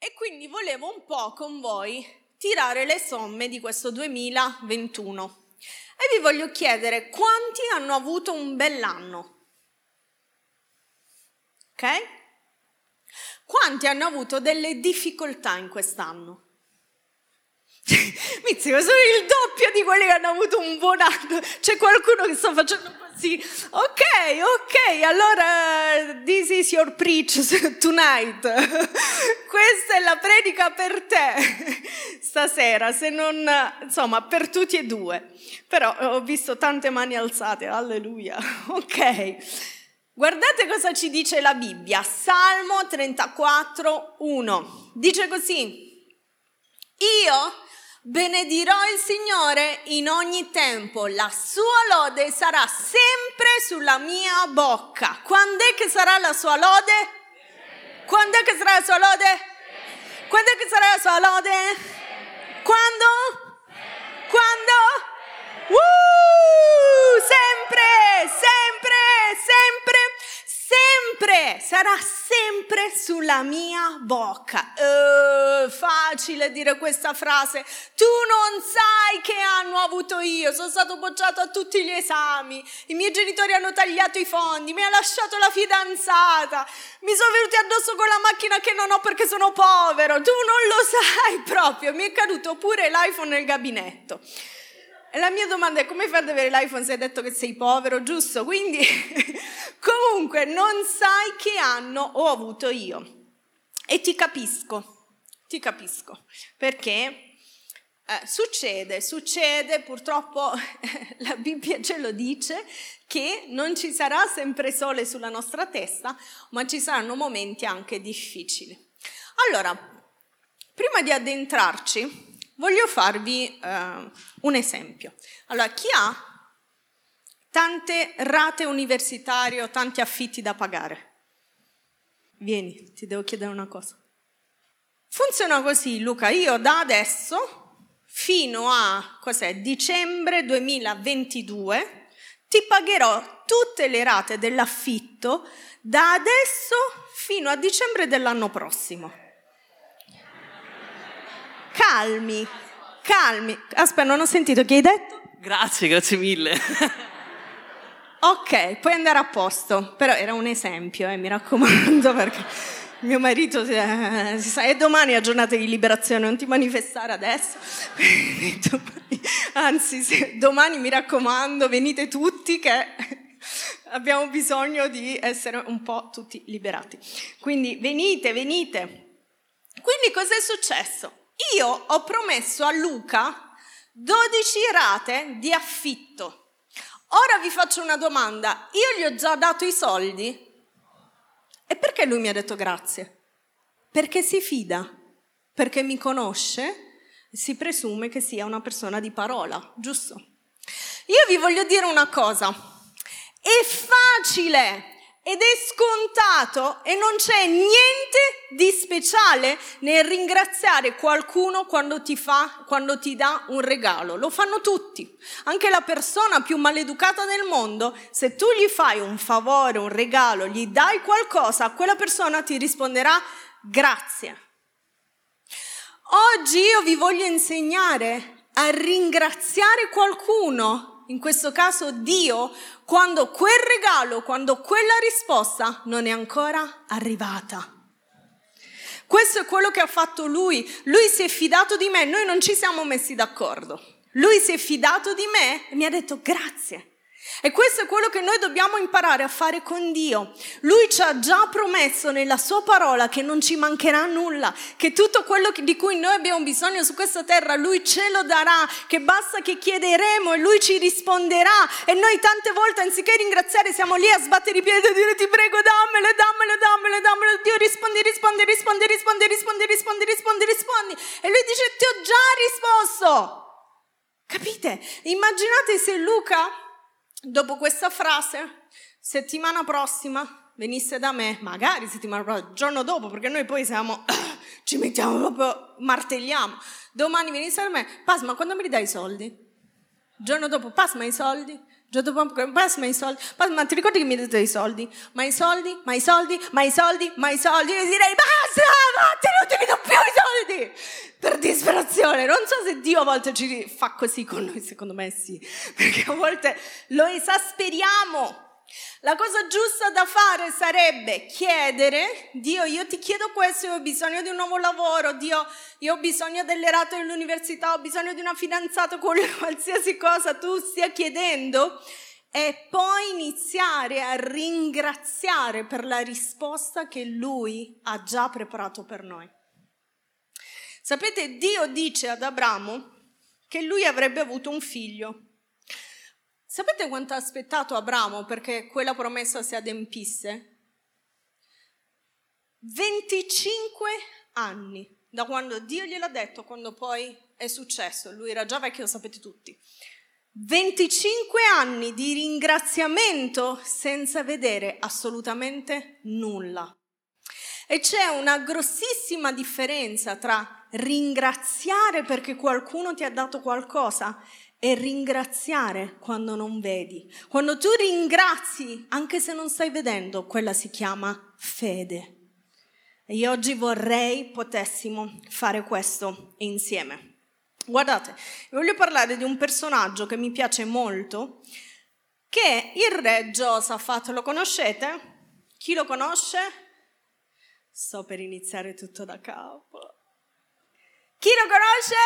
E quindi volevo un po' con voi tirare le somme di questo 2021 e vi voglio chiedere quanti hanno avuto un bell'anno, ok? Quanti hanno avuto delle difficoltà in quest'anno? Mizzico, sono il doppio di quelli che hanno avuto un buon anno. C'è qualcuno che sta facendo così. Ok, allora this is your preach tonight. Questa è la predica per te stasera, se non, insomma, per tutti e due. Però ho visto tante mani alzate, alleluia. Ok, guardate cosa ci dice la Bibbia. Salmo 34, 1. Dice così: io benedirò il Signore in ogni tempo, la sua lode sarà sempre sulla mia bocca. Quando è che sarà la sua lode? Quando è che sarà la sua lode? Quando è che sarà la sua lode? Quando? Quando? Sempre, sempre, sempre, sempre, sarà sempre sulla mia bocca. Facile dire questa frase. Tu non sai che anno ho avuto io, sono stato bocciato a tutti gli esami, i miei genitori hanno tagliato i fondi, mi ha lasciato la fidanzata, mi sono venuti addosso con la macchina che non ho perché sono povero. Tu non lo sai proprio, mi è caduto pure l'iPhone nel gabinetto. E la mia domanda è: come fai ad avere l'iPhone se hai detto che sei povero, giusto? Quindi comunque non sai che anno ho avuto io. E ti capisco, perché succede, purtroppo la Bibbia ce lo dice, che non ci sarà sempre sole sulla nostra testa, ma ci saranno momenti anche difficili. Allora, prima di addentrarci, voglio farvi un esempio. Allora, chi ha tante rate universitarie o tanti affitti da pagare? Vieni, ti devo chiedere una cosa. Funziona così, Luca: io da adesso fino a dicembre 2022 ti pagherò tutte le rate dell'affitto da adesso fino a dicembre dell'anno prossimo. Calmi. Aspetta, non ho sentito, che hai detto? Grazie mille. Ok, puoi andare a posto, però era un esempio, mi raccomando, perché mio marito si sa, e domani è giornata di liberazione, non ti manifestare adesso. Anzi, domani mi raccomando, venite tutti che abbiamo bisogno di essere un po' tutti liberati. Quindi venite. Quindi cos'è successo? Io ho promesso a Luca 12 rate di affitto. Ora vi faccio una domanda: io gli ho già dato i soldi? E perché lui mi ha detto grazie? Perché si fida, perché mi conosce, si presume che sia una persona di parola, giusto? Io vi voglio dire una cosa: è facile ed è scontato e non c'è niente di speciale nel ringraziare qualcuno quando ti dà un regalo. Lo fanno tutti. Anche la persona più maleducata del mondo, se tu gli fai un favore, un regalo, gli dai qualcosa, quella persona ti risponderà grazie. Oggi io vi voglio insegnare a ringraziare qualcuno, in questo caso Dio, quando quel regalo, quando quella risposta non è ancora arrivata. Questo è quello che ha fatto lui. Lui si è fidato di me, noi non ci siamo messi d'accordo. Lui si è fidato di me e mi ha detto grazie. E questo è quello che noi dobbiamo imparare a fare con Dio. Lui ci ha già promesso nella sua parola che non ci mancherà nulla, che tutto quello di cui noi abbiamo bisogno su questa terra Lui ce lo darà, che basta che chiederemo e Lui ci risponderà. E noi tante volte, anziché ringraziare, siamo lì a sbattere i piedi e dire: ti prego, dammelo. Dio rispondi. E Lui dice: ti ho già risposto. Capite? Immaginate se Luca, dopo questa frase, settimana prossima venisse da me, magari settimana prossima, il giorno dopo, perché noi poi ci mettiamo proprio, martelliamo. Domani venisse da me: Pasma, quando me li dai i soldi? Il giorno dopo: Pasma, i soldi? Il giorno dopo: Pasma, i soldi? Pasma, ti ricordi che mi hai dato i soldi? Ma i soldi? E io direi: basta, non te li do più attenzione, non so se Dio a volte ci fa così con noi, secondo me sì, perché a volte lo esasperiamo. La cosa giusta da fare sarebbe chiedere: Dio, io ti chiedo questo, io ho bisogno di un nuovo lavoro, Dio, io ho bisogno delle rate dell'università, ho bisogno di una fidanzata, con qualsiasi cosa tu stia chiedendo, e poi iniziare a ringraziare per la risposta che Lui ha già preparato per noi. Sapete, Dio dice ad Abramo che lui avrebbe avuto un figlio. Sapete quanto ha aspettato Abramo perché quella promessa si adempisse? 25 anni, da quando Dio gliel'ha detto, quando poi è successo. Lui era già vecchio, lo sapete tutti. 25 anni di ringraziamento senza vedere assolutamente nulla. E c'è una grossissima differenza tra ringraziare perché qualcuno ti ha dato qualcosa e ringraziare quando non vedi. Quando tu ringrazi, anche se non stai vedendo, quella si chiama fede. E io oggi vorrei potessimo fare questo insieme. Guardate, voglio parlare di un personaggio che mi piace molto, che è il re Giosafat. Lo conoscete? Chi lo conosce? Sto per iniziare tutto da capo. Chi lo conosce?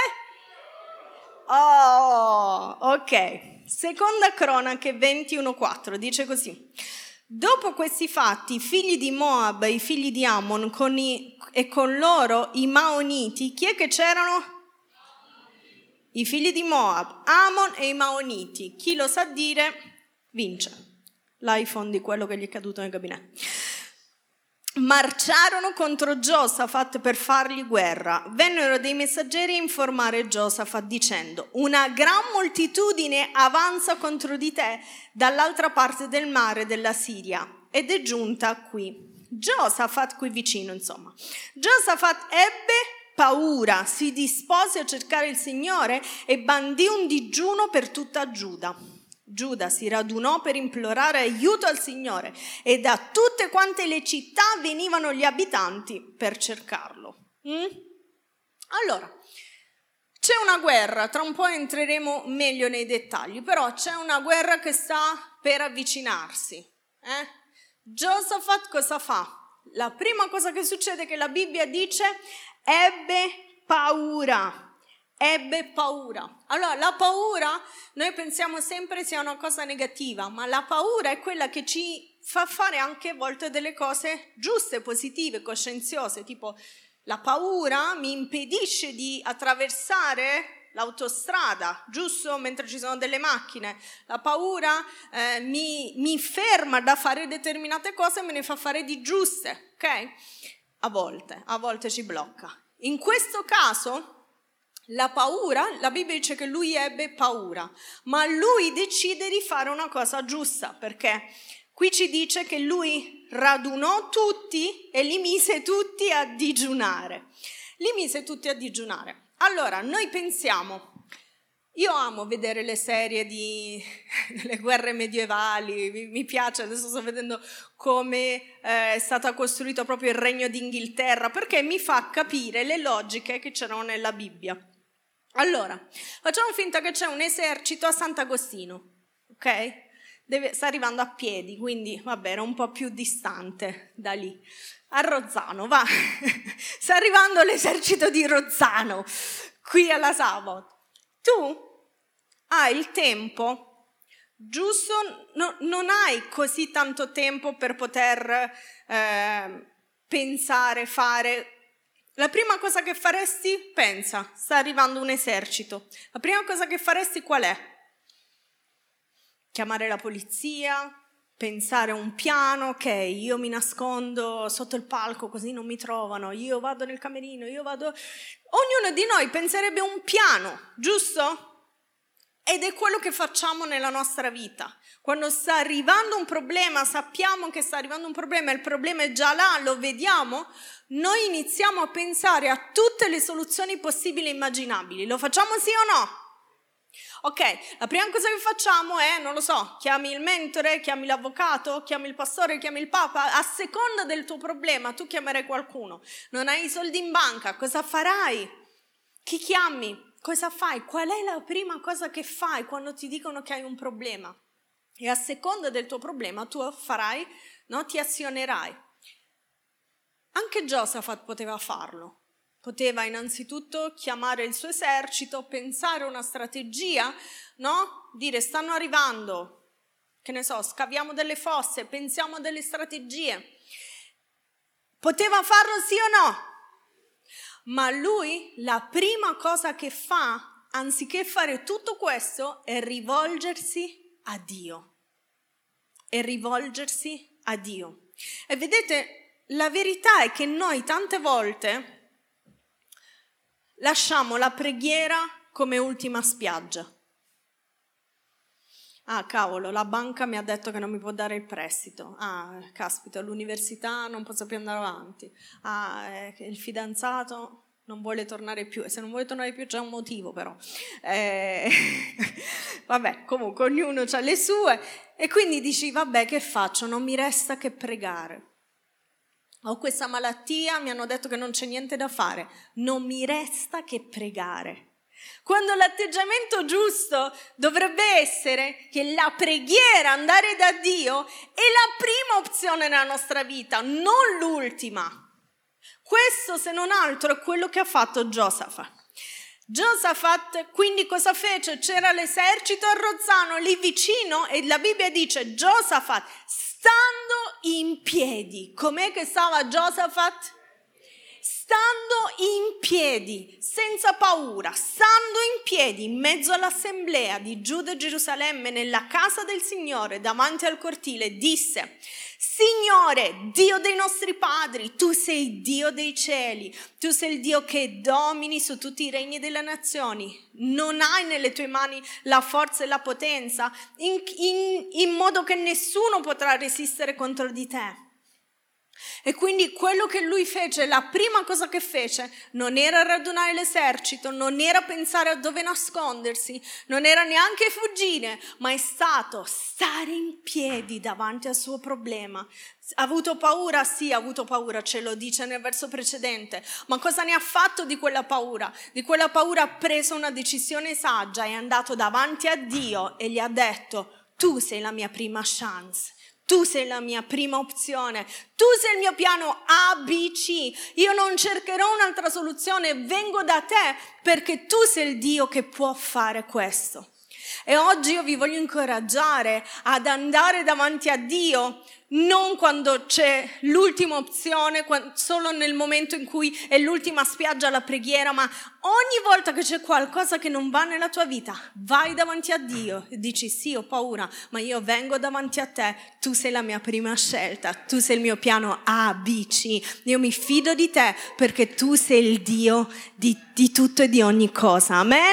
Oh, ok. Seconda Cronache 21:4 dice così: dopo questi fatti, i figli di Moab e i figli di Ammon e con loro i Maoniti, chi è che c'erano? I figli di Moab, Ammon e i Maoniti. Chi lo sa dire vince l'iPhone di quello che gli è caduto nel gabinetto. Marciarono contro Giosafat per fargli guerra. Vennero dei messaggeri a informare Giosafat dicendo: una gran moltitudine avanza contro di te dall'altra parte del mare della Siria ed è giunta qui. Giosafat, qui vicino insomma. Giosafat ebbe paura, si dispose a cercare il Signore e bandì un digiuno per tutta Giuda. Giuda si radunò per implorare aiuto al Signore e da tutte quante le città venivano gli abitanti per cercarlo. Allora, c'è una guerra, tra un po' entreremo meglio nei dettagli, però c'è una guerra che sta per avvicinarsi. Giosafat cosa fa? La prima cosa che succede è che la Bibbia dice ebbe paura. Ebbe paura. Allora, la paura, noi pensiamo sempre sia una cosa negativa, ma la paura è quella che ci fa fare anche a volte delle cose giuste, positive, coscienziose, tipo la paura mi impedisce di attraversare l'autostrada, giusto? Mentre ci sono delle macchine. La paura mi ferma da fare determinate cose e me ne fa fare di giuste, ok? A volte ci blocca. In questo caso la paura, la Bibbia dice che lui ebbe paura, ma lui decide di fare una cosa giusta, perché qui ci dice che lui radunò tutti e li mise tutti a digiunare. Allora, noi pensiamo, io amo vedere le serie delle guerre medievali, mi piace, adesso sto vedendo come è stato costruito proprio il regno d'Inghilterra, perché mi fa capire le logiche che c'erano nella Bibbia. Allora, facciamo finta che c'è un esercito a Sant'Agostino, ok? Sta arrivando a piedi, quindi vabbè, era un po' più distante da lì. A Rozzano, va, sta arrivando l'esercito di Rozzano, qui alla Sabot. Tu hai il tempo, giusto? Non hai così tanto tempo per poter pensare, fare. La prima cosa che faresti, pensa, sta arrivando un esercito. La prima cosa che faresti qual è? Chiamare la polizia, pensare a un piano, ok, io mi nascondo sotto il palco così non mi trovano, io vado nel camerino, Ognuno di noi penserebbe a un piano, giusto? Ed è quello che facciamo nella nostra vita. Quando sta arrivando un problema, sappiamo che sta arrivando un problema, il problema è già là, lo vediamo, noi iniziamo a pensare a tutte le soluzioni possibili e immaginabili. Lo facciamo sì o no? Ok, la prima cosa che facciamo è, non lo so, chiami il mentore, chiami l'avvocato, chiami il pastore, chiami il papa, a seconda del tuo problema tu chiamerai qualcuno. Non hai i soldi in banca, cosa farai? Chi chiami? Cosa fai? Qual è la prima cosa che fai quando ti dicono che hai un problema? E a seconda del tuo problema tu farai, no? Ti azionerai. Anche Giosafat poteva farlo. Poteva innanzitutto chiamare il suo esercito, pensare una strategia, no? Dire stanno arrivando, che ne so, scaviamo delle fosse, pensiamo a delle strategie. Poteva farlo sì o no? Ma lui la prima cosa che fa, anziché fare tutto questo, è rivolgersi a Dio. E rivolgersi a Dio. E vedete, la verità è che noi tante volte lasciamo la preghiera come ultima spiaggia. Ah, cavolo, la banca mi ha detto che non mi può dare il prestito. Ah, caspita, all'università non posso più andare avanti. Ah, il fidanzato non vuole tornare più. E se non vuole tornare più c'è un motivo però. Vabbè, comunque ognuno ha le sue. E quindi dici, vabbè, che faccio? Non mi resta che pregare. Ho questa malattia, mi hanno detto che non c'è niente da fare. Non mi resta che pregare. Quando l'atteggiamento giusto dovrebbe essere che la preghiera, andare da Dio, è la prima opzione nella nostra vita, non l'ultima. Questo, se non altro, è quello che ha fatto Giosafat. Giosafat, quindi cosa fece? C'era l'esercito a Rozzano lì vicino e la Bibbia dice Giosafat, stando in piedi. Com'è che stava Giosafat? Stando in piedi, senza paura, stando in piedi in mezzo all'assemblea di Giuda e Gerusalemme nella casa del Signore davanti al cortile, disse: Signore, Dio dei nostri padri, tu sei Dio dei cieli, tu sei il Dio che domini su tutti i regni delle nazioni, non hai nelle tue mani la forza e la potenza, in modo che nessuno potrà resistere contro di te. E quindi quello che lui fece, la prima cosa che fece, non era radunare l'esercito, non era pensare a dove nascondersi, non era neanche fuggire, ma è stato stare in piedi davanti al suo problema. Ha avuto paura? Sì, ha avuto paura, ce lo dice nel verso precedente. Ma cosa ne ha fatto di quella paura? Di quella paura ha preso una decisione saggia, è andato davanti a Dio e gli ha detto: tu sei la mia prima chance. Tu sei la mia prima opzione, tu sei il mio piano ABC, io non cercherò un'altra soluzione, vengo da te perché tu sei il Dio che può fare questo. E oggi io vi voglio incoraggiare ad andare davanti a Dio, non quando c'è l'ultima opzione, solo nel momento in cui è l'ultima spiaggia la preghiera, ma ogni volta che c'è qualcosa che non va nella tua vita, vai davanti a Dio e dici: sì, ho paura, ma io vengo davanti a te, tu sei la mia prima scelta, tu sei il mio piano A, B, C, io mi fido di te perché tu sei il Dio di tutto e di ogni cosa, amen?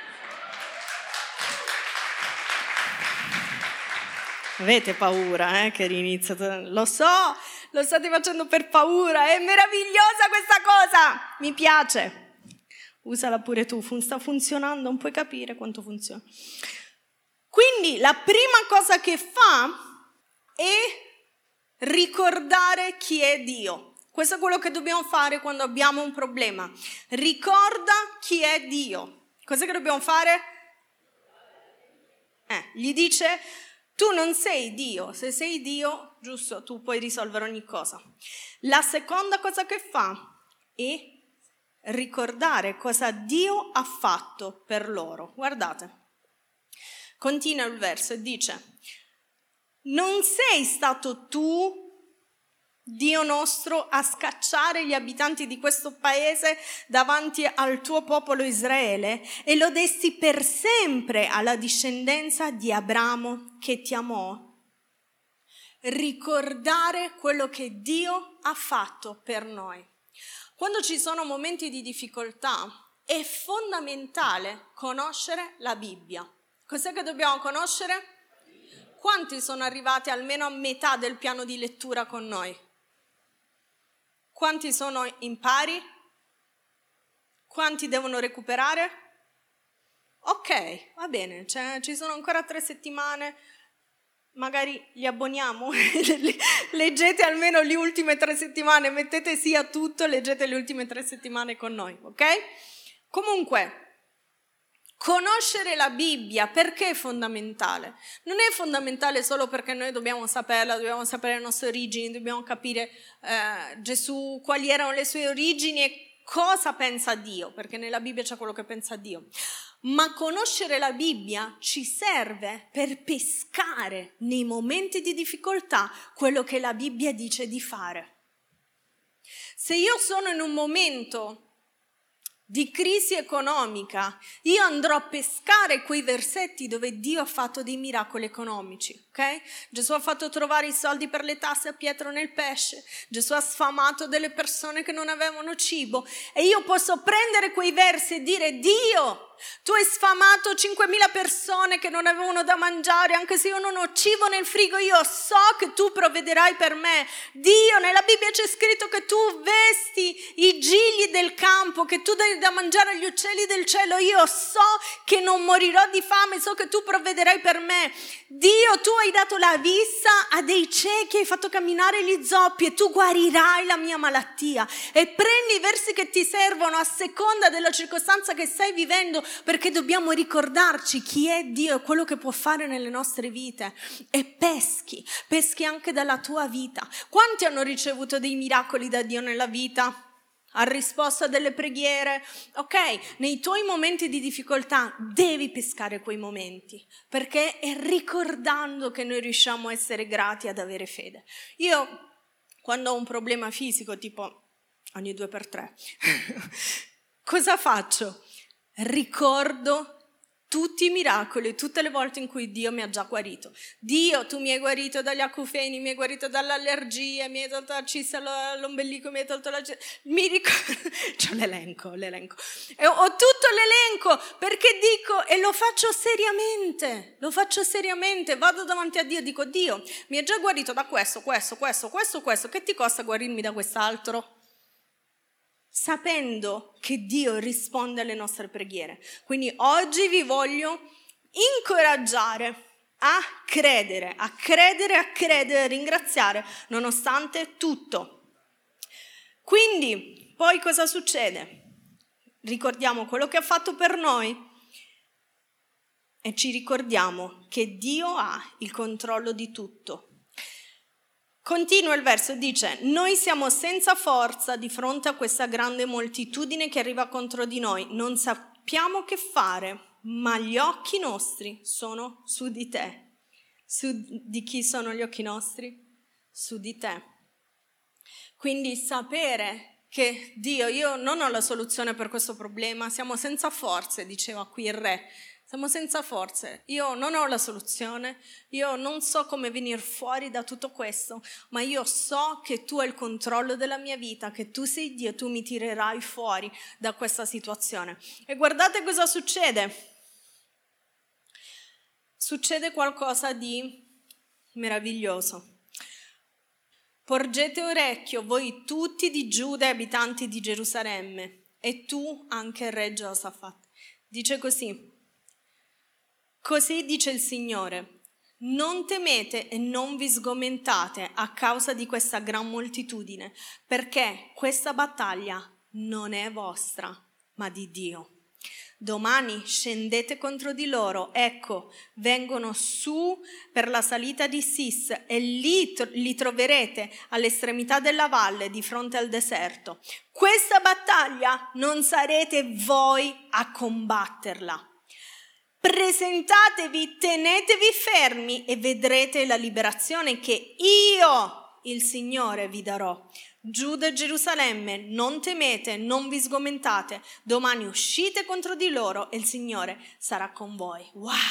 Avete paura, che iniziate? Lo so, lo state facendo per paura, è meravigliosa questa cosa, mi piace. Usala pure tu, sta funzionando, non puoi capire quanto funziona. Quindi la prima cosa che fa è ricordare chi è Dio. Questo è quello che dobbiamo fare quando abbiamo un problema. Ricorda chi è Dio. Cos'è che dobbiamo fare? Gli dice: tu non sei Dio, se sei Dio, giusto, tu puoi risolvere ogni cosa. La seconda cosa che fa è ricordare cosa Dio ha fatto per loro. Guardate, continua il verso e dice: non sei stato tu, Dio nostro, a scacciare gli abitanti di questo paese davanti al tuo popolo Israele e lo desti per sempre alla discendenza di Abramo che ti amò. Ricordare quello che Dio ha fatto per noi. Quando ci sono momenti di difficoltà è fondamentale conoscere la Bibbia. Cos'è che dobbiamo conoscere? Quanti sono arrivati almeno a metà del piano di lettura con noi? Quanti sono in pari? Quanti devono recuperare? Ok, va bene, ci sono ancora 3 settimane, magari li abboniamo, leggete almeno le ultime 3 settimane, mettete sì a tutto, leggete le ultime 3 settimane con noi, ok? Comunque, conoscere la Bibbia perché è fondamentale? Non è fondamentale solo perché noi dobbiamo saperla, dobbiamo sapere le nostre origini, dobbiamo capire Gesù, quali erano le sue origini e cosa pensa Dio, perché nella Bibbia c'è quello che pensa Dio. Ma conoscere la Bibbia ci serve per pescare nei momenti di difficoltà quello che la Bibbia dice di fare. Se io sono in un momento di crisi economica, io andrò a pescare quei versetti dove Dio ha fatto dei miracoli economici, ok? Gesù ha fatto trovare i soldi per le tasse a Pietro nel pesce, Gesù ha sfamato delle persone che non avevano cibo e io posso prendere quei versi e dire: Dio, tu hai sfamato 5.000 persone che non avevano da mangiare, anche se io non ho cibo nel frigo, io so che tu provvederai per me. Dio, nella Bibbia c'è scritto che tu vesti i gigli del campo, che tu dai da mangiare agli uccelli del cielo, io so che non morirò di fame, so che tu provvederai per me. Dio, tu hai dato la vista a dei ciechi, hai fatto camminare gli zoppi e tu guarirai la mia malattia. E prendi i versi che ti servono a seconda della circostanza che stai vivendo, perché dobbiamo ricordarci chi è Dio e quello che può fare nelle nostre vite. E peschi anche dalla tua vita. Quanti hanno ricevuto dei miracoli da Dio nella vita? Ha risposto a delle preghiere? Ok, nei tuoi momenti di difficoltà devi pescare quei momenti, perché è ricordando che noi riusciamo a essere grati, ad avere fede. Io, quando ho un problema fisico, tipo ogni 2x3, cosa faccio? Ricordo tutti i miracoli, tutte le volte in cui Dio mi ha già guarito. Dio, tu mi hai guarito dagli acufeni, mi hai guarito dall'allergia, mi hai tolto la cissa all'ombelico, mi hai tolto la... Mi ricordo... C'ho l'elenco. E ho tutto l'elenco perché dico, e lo faccio seriamente, vado davanti a Dio e dico: Dio, mi hai già guarito da questo, che ti costa guarirmi da quest'altro? Sapendo che Dio risponde alle nostre preghiere. Quindi oggi vi voglio incoraggiare a credere, a ringraziare nonostante tutto. Quindi, poi cosa succede? Ricordiamo quello che ha fatto per noi e ci ricordiamo che Dio ha il controllo di tutto. Continua il verso, dice: noi siamo senza forza di fronte a questa grande moltitudine che arriva contro di noi, non sappiamo che fare, ma gli occhi nostri sono su di te. Di chi sono gli occhi nostri? Su di te. Quindi sapere che Dio, io non ho la soluzione per questo problema, siamo senza forze, diceva qui il re. Siamo senza forze, io non ho la soluzione, io non so come venire fuori da tutto questo, ma io so che tu hai il controllo della mia vita, che tu sei Dio, tu mi tirerai fuori da questa situazione. E guardate cosa succede. Succede qualcosa di meraviglioso. Porgete orecchio voi tutti di Giuda e abitanti di Gerusalemme, e tu anche re Giosafat. Dice così: così dice il Signore, non temete e non vi sgomentate a causa di questa gran moltitudine, perché questa battaglia non è vostra, ma di Dio. Domani scendete contro di loro, ecco, vengono su per la salita di Sis e lì li troverete all'estremità della valle di fronte al deserto. Questa battaglia non sarete voi a combatterla. Presentatevi, tenetevi fermi e vedrete la liberazione che io, il Signore, vi darò. Giuda e Gerusalemme, non temete, non vi sgomentate. Domani uscite contro di loro e il Signore sarà con voi.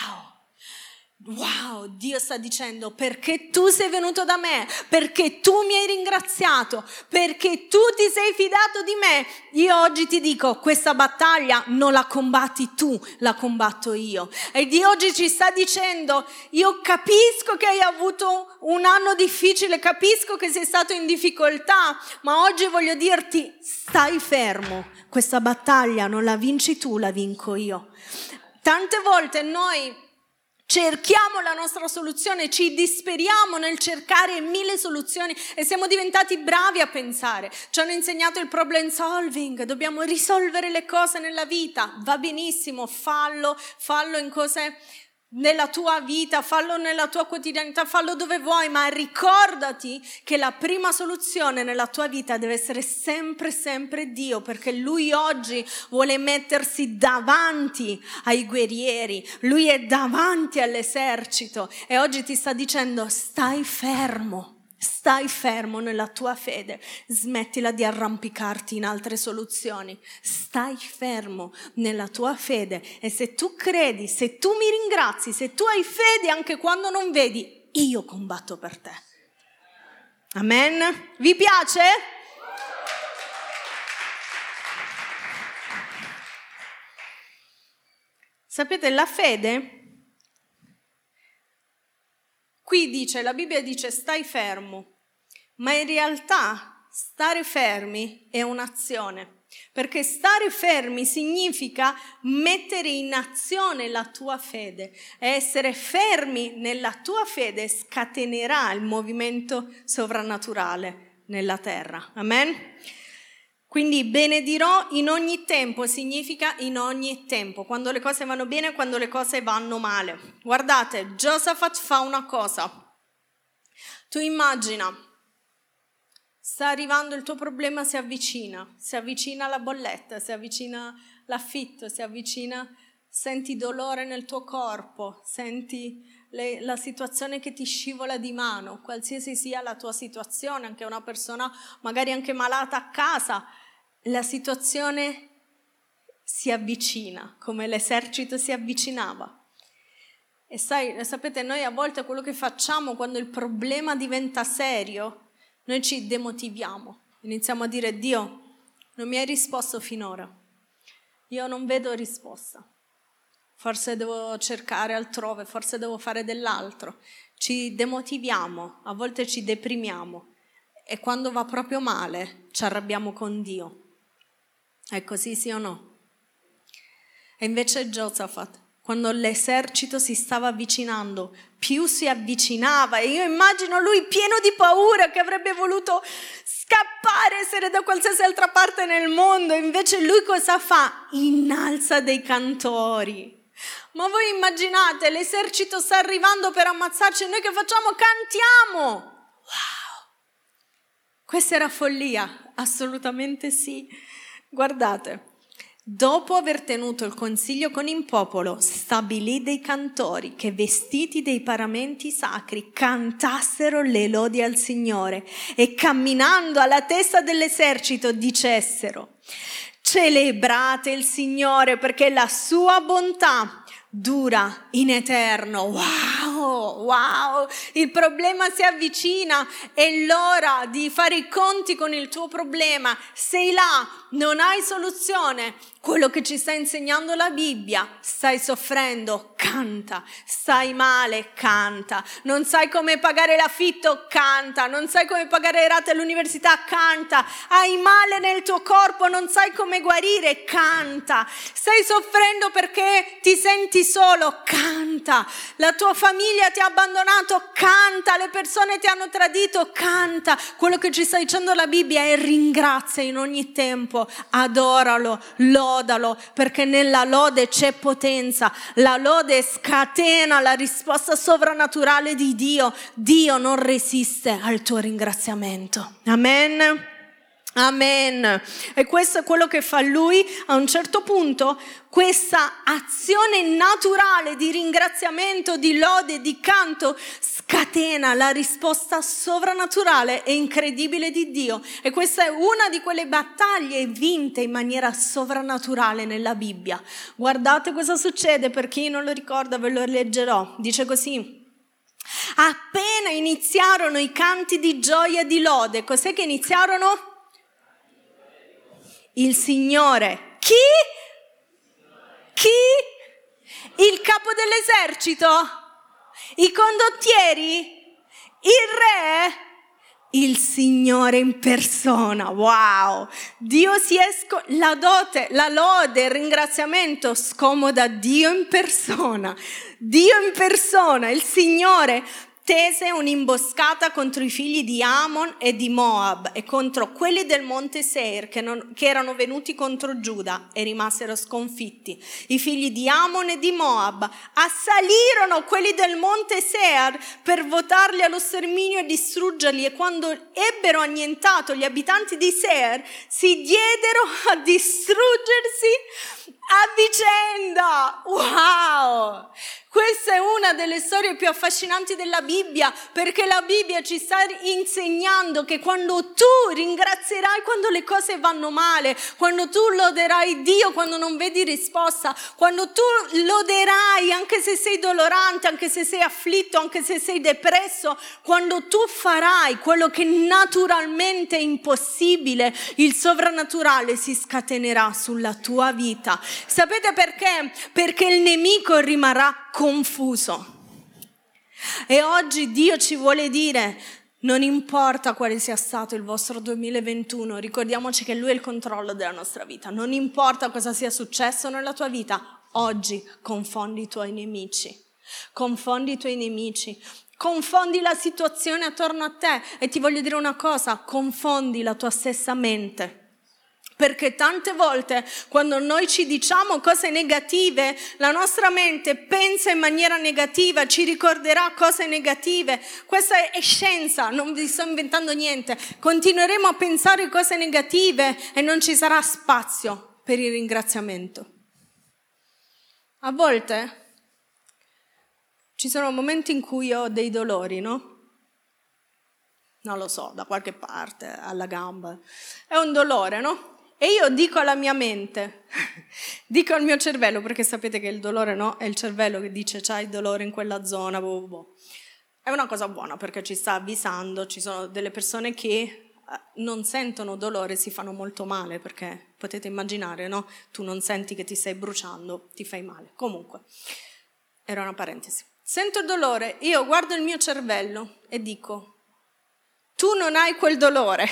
Wow, Dio sta dicendo: perché tu sei venuto da me, perché tu mi hai ringraziato, perché tu ti sei fidato di me, io oggi ti dico: questa battaglia non la combatti tu, la combatto io. E Dio oggi ci sta dicendo: io capisco che hai avuto un anno difficile, capisco che sei stato in difficoltà, ma oggi voglio dirti: stai fermo, questa battaglia non la vinci tu, la vinco io. Tante volte noi cerchiamo la nostra soluzione, ci disperiamo nel cercare 1000 soluzioni e siamo diventati bravi a pensare. Ci hanno insegnato il problem solving, dobbiamo risolvere le cose nella vita. Va benissimo, fallo in cose nella tua vita, fallo nella tua quotidianità, fallo dove vuoi, ma ricordati che la prima soluzione nella tua vita deve essere sempre Dio, perché Lui oggi vuole mettersi davanti ai guerrieri, Lui è davanti all'esercito e oggi ti sta dicendo stai fermo nella tua fede, smettila di arrampicarti in altre soluzioni, stai fermo nella tua fede e se tu credi, se tu mi ringrazi, se tu hai fede anche quando non vedi, io combatto per te. Amen? Vi piace? Sapete, la fede... Qui dice, la Bibbia dice stai fermo, ma in realtà stare fermi è un'azione, perché stare fermi significa mettere in azione la tua fede e essere fermi nella tua fede scatenerà il movimento sovrannaturale nella terra. Amen? Quindi benedirò in ogni tempo significa in ogni tempo, quando le cose vanno bene e quando le cose vanno male. Guardate, Giosafat fa una cosa. Tu immagina, sta arrivando il tuo problema, si avvicina la bolletta, si avvicina l'affitto, senti dolore nel tuo corpo, senti la situazione che ti scivola di mano, qualsiasi sia la tua situazione, anche una persona magari anche malata a casa, la situazione si avvicina, come l'esercito si avvicinava. E sapete, noi a volte quello che facciamo quando il problema diventa serio, noi ci demotiviamo, iniziamo a dire Dio, non mi hai risposto finora, io non vedo risposta, forse devo cercare altrove, forse devo fare dell'altro. Ci demotiviamo, a volte ci deprimiamo e quando va proprio male ci arrabbiamo con Dio. È così, sì o no? E invece Giosafat, quando l'esercito si stava avvicinando, più si avvicinava e io immagino lui pieno di paura che avrebbe voluto scappare, essere da qualsiasi altra parte nel mondo, invece lui cosa fa? Innalza dei cantori. Ma voi immaginate, l'esercito sta arrivando per ammazzarci e noi che facciamo? Cantiamo! Wow! Questa era follia? Assolutamente sì. Guardate, dopo aver tenuto il consiglio con il popolo, stabilì dei cantori che vestiti dei paramenti sacri cantassero le lodi al Signore e camminando alla testa dell'esercito dicessero: celebrate il Signore perché la sua bontà dura in eterno. Wow, il problema si avvicina, è l'ora di fare i conti con il tuo problema. Sei là, non hai soluzione, quello che ci sta insegnando la Bibbia, stai soffrendo, canta, stai male, canta, non sai come pagare l'affitto, canta, non sai come pagare le rate all'università, canta, hai male nel tuo corpo, non sai come guarire, canta, stai soffrendo perché ti senti solo, canta, la tua famiglia ti ha abbandonato, canta, le persone ti hanno tradito, canta. Quello che ci sta dicendo la Bibbia è ringrazia in ogni tempo, adoralo, lodalo, perché nella lode c'è potenza, la lode scatena la risposta sovrannaturale di Dio. Dio non resiste al tuo ringraziamento. Amen. Amen. E questo è quello che fa lui a un certo punto, questa azione naturale di ringraziamento, di lode, di canto scatena la risposta sovrannaturale e incredibile di Dio. E questa è una di quelle battaglie vinte in maniera sovrannaturale nella Bibbia. Guardate cosa succede, per chi non lo ricorda ve lo leggerò. Dice così: appena iniziarono i canti di gioia e di lode, cos'è che iniziarono? Il Signore. Chi? Il capo dell'esercito? I condottieri? Il re? il Signore in persona. Wow! Dio la dote, la lode, il ringraziamento scomoda Dio in persona. Dio in persona, il Signore tese un'imboscata contro i figli di Ammon e di Moab e contro quelli del monte Seir che erano venuti contro Giuda e rimasero sconfitti. I figli di Ammon e di Moab assalirono quelli del monte Seir per votarli allo sterminio e distruggerli, e quando ebbero annientato gli abitanti di Seir si diedero a distruggersi a vicenda. Wow! Questa è una delle storie più affascinanti della Bibbia, perché la Bibbia ci sta insegnando che quando tu ringrazierai quando le cose vanno male, quando tu loderai Dio quando non vedi risposta, quando tu loderai anche se sei dolorante, anche se sei afflitto, anche se sei depresso, quando tu farai quello che naturalmente è impossibile, il sovrannaturale si scatenerà sulla tua vita. Sapete perché? Perché il nemico rimarrà confuso. E oggi Dio ci vuole dire: non importa quale sia stato il vostro 2021, ricordiamoci che Lui ha il controllo della nostra vita. Non importa cosa sia successo nella tua vita, oggi confondi i tuoi nemici. Confondi i tuoi nemici. Confondi la situazione attorno a te. E ti voglio dire una cosa: confondi la tua stessa mente. Perché tante volte quando noi ci diciamo cose negative, la nostra mente pensa in maniera negativa, ci ricorderà cose negative. Questa è scienza, non vi sto inventando niente. Continueremo a pensare cose negative e non ci sarà spazio per il ringraziamento. A volte ci sono momenti in cui ho dei dolori, no? Non lo so, da qualche parte, alla gamba. È un dolore, no? E io dico alla mia mente, dico al mio cervello, perché sapete che il dolore, no, è il cervello che dice c'hai dolore in quella zona, boh, boh. È una cosa buona perché ci sta avvisando. Ci sono delle persone che non sentono dolore, si fanno molto male, perché potete immaginare, no? Tu non senti che ti stai bruciando, ti fai male. Comunque, era una parentesi. Sento il dolore, io guardo il mio cervello e dico: tu non hai quel dolore.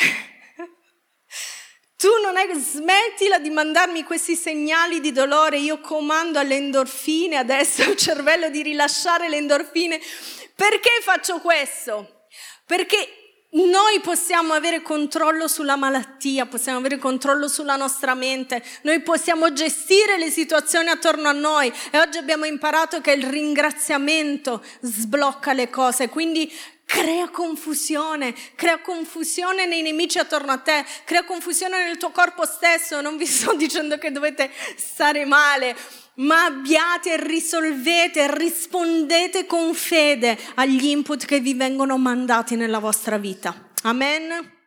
Tu non hai, smettila di mandarmi questi segnali di dolore. Io comando alle endorfine adesso al cervello di rilasciare le endorfine. Perché faccio questo? Perché noi possiamo avere controllo sulla malattia, possiamo avere controllo sulla nostra mente, noi possiamo gestire le situazioni attorno a noi, e oggi abbiamo imparato che il ringraziamento sblocca le cose. Quindi crea confusione nei nemici attorno a te, crea confusione nel tuo corpo stesso. Non vi sto dicendo che dovete stare male, ma abbiate, risolvete, rispondete con fede agli input che vi vengono mandati nella vostra vita. Amen.